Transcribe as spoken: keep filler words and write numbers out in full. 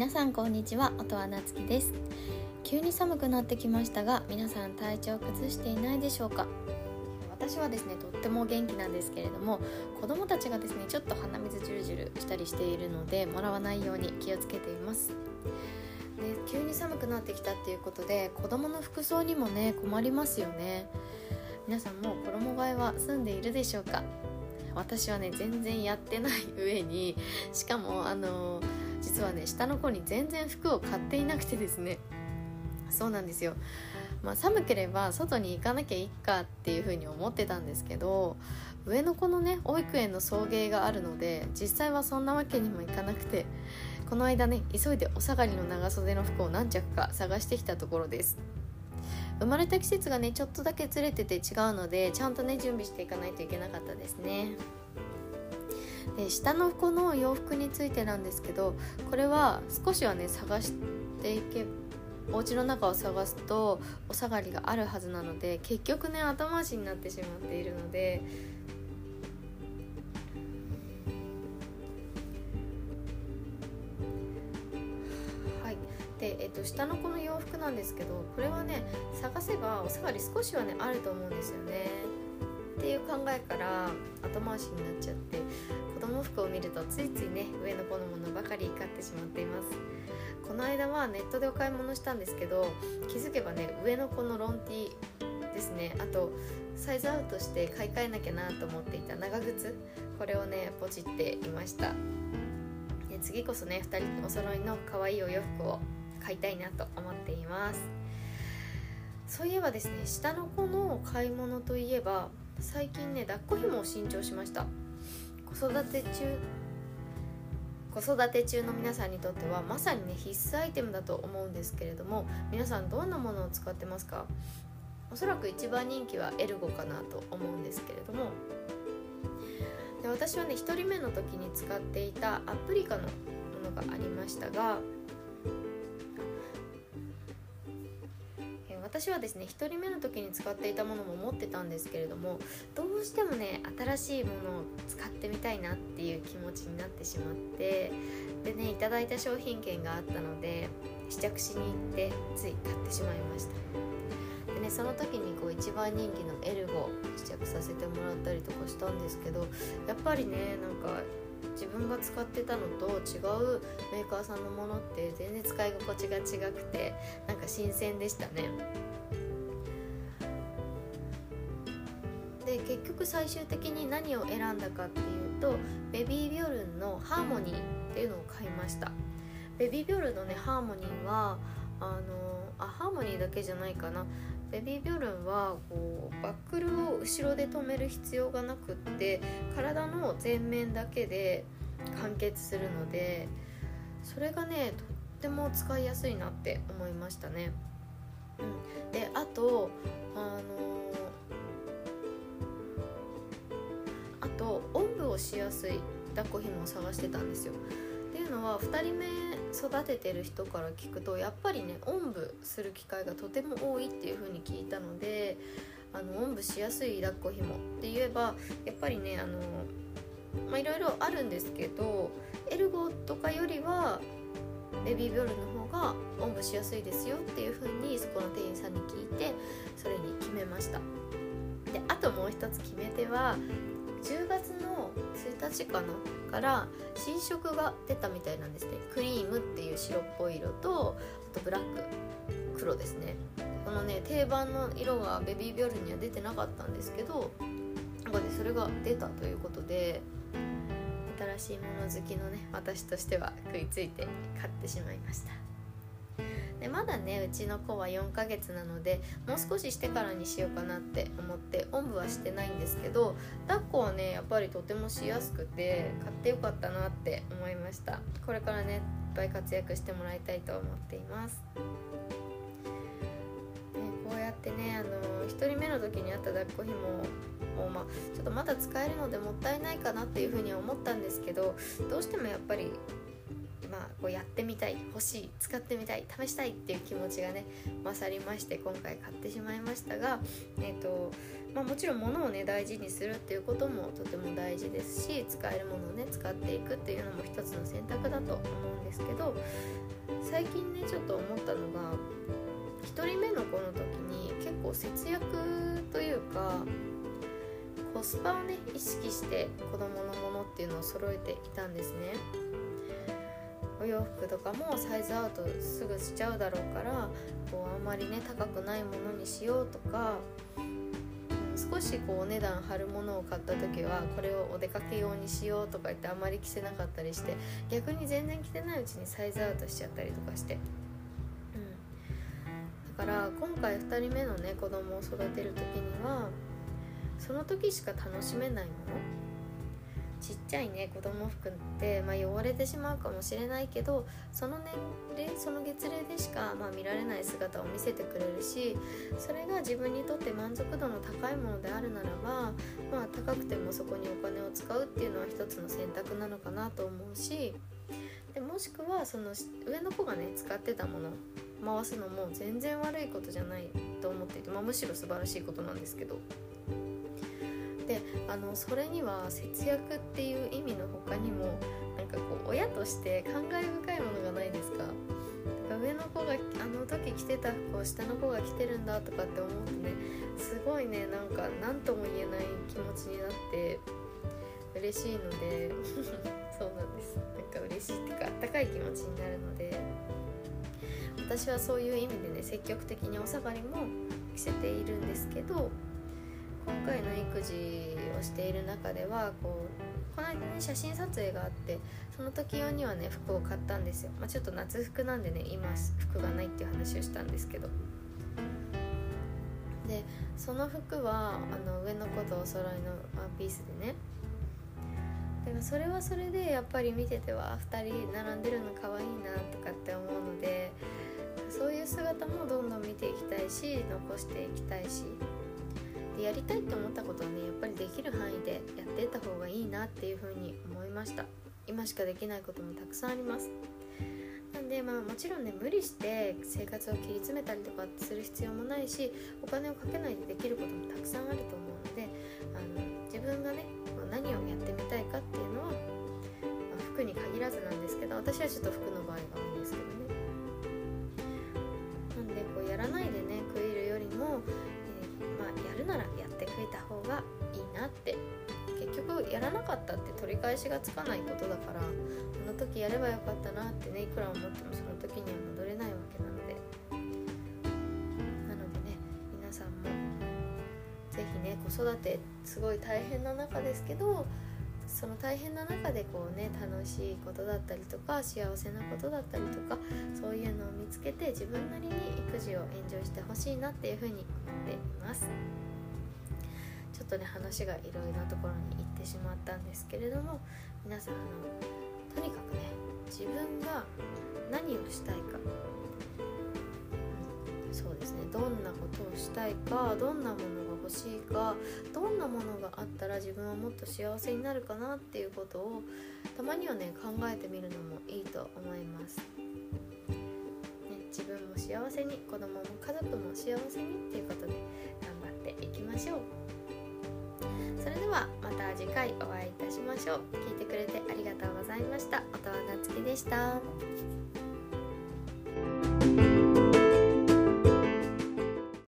皆さんこんにちは、音羽なつきです。急に寒くなってきましたが、皆さん体調崩していないでしょうか。私はですねとっても元気なんですけれども、子供たちがですねちょっと鼻水ジュルジュルしたりしているので、もらわないように気をつけています。で急に寒くなってきたっていうことで、子供の服装にもね困りますよね。皆さんも衣替えは済んでいるでしょうか。私はね全然やってない上に、しかもあの実はね下の子に全然服を買っていなくてですね、そうなんですよ。まあ、寒ければ外に行かなきゃいいかっていう風に思ってたんですけど、上の子のね保育園の送迎があるので、実際はそんなわけにもいかなくて、この間ね急いでお下がりの長袖の服を何着か探してきたところです。生まれた季節がねちょっとだけずれてて違うので、ちゃんとね準備していかないといけなかったですね。で下の子の洋服についてなんですけど、これは少しはね探していけお家の中を探すとお下がりがあるはずなので、結局ね後回しになってしまっているので、はいで、えっと、下の子の洋服なんですけど、これはね探せばお下がり少しはねあると思うんですよねっていう考えから後回しになっちゃって、子供服を見るとついついね上の子のものばかり買ってしまっています。この間はネットでお買い物したんですけど、気づけばね上の子のロンティーですね、あとサイズアウトして買い替えなきゃなと思っていた長靴、これをねポチっていました。で次こそねふたりお揃いの可愛いお洋服を買いたいなと思っています。そういえばですね、下の子の買い物といえば、最近ね抱っこ紐を新調しました。子育て中子育て中の皆さんにとってはまさにね必須アイテムだと思うんですけれども、皆さんどんなものを使ってますか？おそらく一番人気はエルゴかなと思うんですけれども、で私はねひとりめの時に使っていたアプリカのものがありましたが、私はですねひとりめの時に使っていたものも持ってたんですけれども、どうしてもね新しいものを使ってみたいなっていう気持ちになってしまって、でねいただいた商品券があったので試着しに行ってつい買ってしまいました。でねその時にこう一番人気のエルゴ試着させてもらったりとかしたんですけど、やっぱりねなんか自分が使ってたのと違うメーカーさんのものって全然使い心地が違くて、なんか新鮮でしたね。で結局最終的に何を選んだかっていうと、ベビービョルンのハーモニーっていうのを買いました。ベビービョルンのねハーモニーはあのあハーモニーだけじゃないかな、ベビービョルンはこうバックルを後ろで留める必要がなくって、体の前面だけで完結するので、それがねとっても使いやすいなって思いましたね。うん、であとあのあとおんぶをしやすい抱っこ紐を探してたんですよ。っていうのはふたりめ育ててる人から聞くと、やっぱりねおんぶする機会がとても多いっていう風に聞いたので、あのおんぶしやすい抱っこ紐って言えばやっぱりねあのまあいろいろあるんですけど、エルゴとかよりはベビービョルンの方がおんぶしやすいですよっていう風にそこの店員さんに聞いて、それに決めました。であともう一つ決め手は、じゅうがつのついたちかなから新色が出たみたいなんですね。クリームっていう白っぽい色と、あとブラック黒ですね。このね定番の色がベビービョルンには出てなかったんですけど、なんかねそれが出たということで、新しいもの好きのね私としては食いついて買ってしまいました。でまだねうちの子はよんかげつなので、もう少ししてからにしようかなって思っておんぶはしてないんですけど、抱っこはねやっぱりとてもしやすくて買ってよかったなって思いました。これからねいっぱい活躍してもらいたいと思っています。でこうやってねあのひとりめの時にあった抱っこ紐を、まあ、ちょっとまだ使えるのでもったいないかなっていうふうには思ったんですけど、どうしてもやっぱりまあこうやってみたい、欲しい、使ってみたい、試したいっていう気持ちがね勝りまして、今回買ってしまいましたが、えーとまあ、もちろん物をね大事にするっていうこともとても大事ですし、使えるものをね使っていくっていうのも一つの選択だと思うんですけど、最近ねちょっと思ったのが、ひとりめの子の時に結構節約というかコスパをね意識して子供のものっていうのを揃えていたんですね。お洋服とかもサイズアウトすぐしちゃうだろうから、こうあんまりね高くないものにしようとか、うん、少しこうお値段張るものを買った時はこれをお出かけ用にしようとか言ってあんまり着せなかったりして、逆に全然着てないうちにサイズアウトしちゃったりとかして、うん、だから今回ふたりめのね子供を育てる時にはその時しか楽しめないもの、ちっちゃいね子供服って、まあ、汚れてしまうかもしれないけど、その年齢その月齢でしか、まあ、見られない姿を見せてくれるし、それが自分にとって満足度の高いものであるならば、まあ、高くてもそこにお金を使うっていうのは一つの選択なのかなと思うし、でもしくはその上の子がね使ってたもの回すのも全然悪いことじゃないと思っていて、まあ、むしろ素晴らしいことなんですけど、であのそれには節約っていう意味の他にもなんかこう親として感慨深いものがないですか。だから上の子があの時着てた服を下の子が着てるんだとかって思ってね、すごいねなんか何とも言えない気持ちになって嬉しいのでそうなんです。なんか嬉しいっていうかあったかい気持ちになるので、私はそういう意味でね積極的にお下がりも着せているんですけど、今回の育児をしている中ではこうこの間ね写真撮影があって、その時用にはね服を買ったんですよ。まあ、ちょっと夏服なんでね今服がないっていう話をしたんですけど、でその服はあの上の子とお揃いのワンピースでね、だからそれはそれでやっぱり見ててはふたり並んでるの可愛いなとかって思うので、そういう姿もどんどん見ていきたいし残していきたいし、でやりたいって思ったことはねやっぱりできる範囲でやっていった方がいいなっていうふうに思いました。今しかできないこともたくさんあります。なんでまあもちろんね無理して生活を切り詰めたりとかする必要もないし、お金をかけないでできることもたくさんあると思うので、あの自分がね何をやってみたいかっていうのは、まあ、服に限らずなんですけど、私はちょっと服の場合が多いんですけどね。なんでこうやらないでね食い入るよりも、えーまあ、やるならやって食えた方がいいなって。結局やらなかったって取り返しがつかないことだから、あの時やればよかったなってねいくら思ってもその時には戻れないわけなので、なのでね皆さんもぜひね子育てすごい大変な中ですけど、その大変な中でこうね楽しいことだったりとか幸せなことだったりとか、そういうのを見つけて自分なりに育児をエンジョイしてほしいなっていうふうに思っています。ちょっとね話がいろいろなところに行ってしまったんですけれども、皆さんあのとにかくね自分が何をしたいか、うん、そうですねどんなことをしたいか、どんなものが欲しいか、どんなものがあったら自分はもっと幸せになるかなっていうことをたまにはね考えてみるのもいいと思います、ね、自分も幸せに子供も家族も幸せにっていうことで頑張っていきましょう。それではまた次回お会いいたしましょう。聞いてくれてありがとうございました。音羽なつきでした。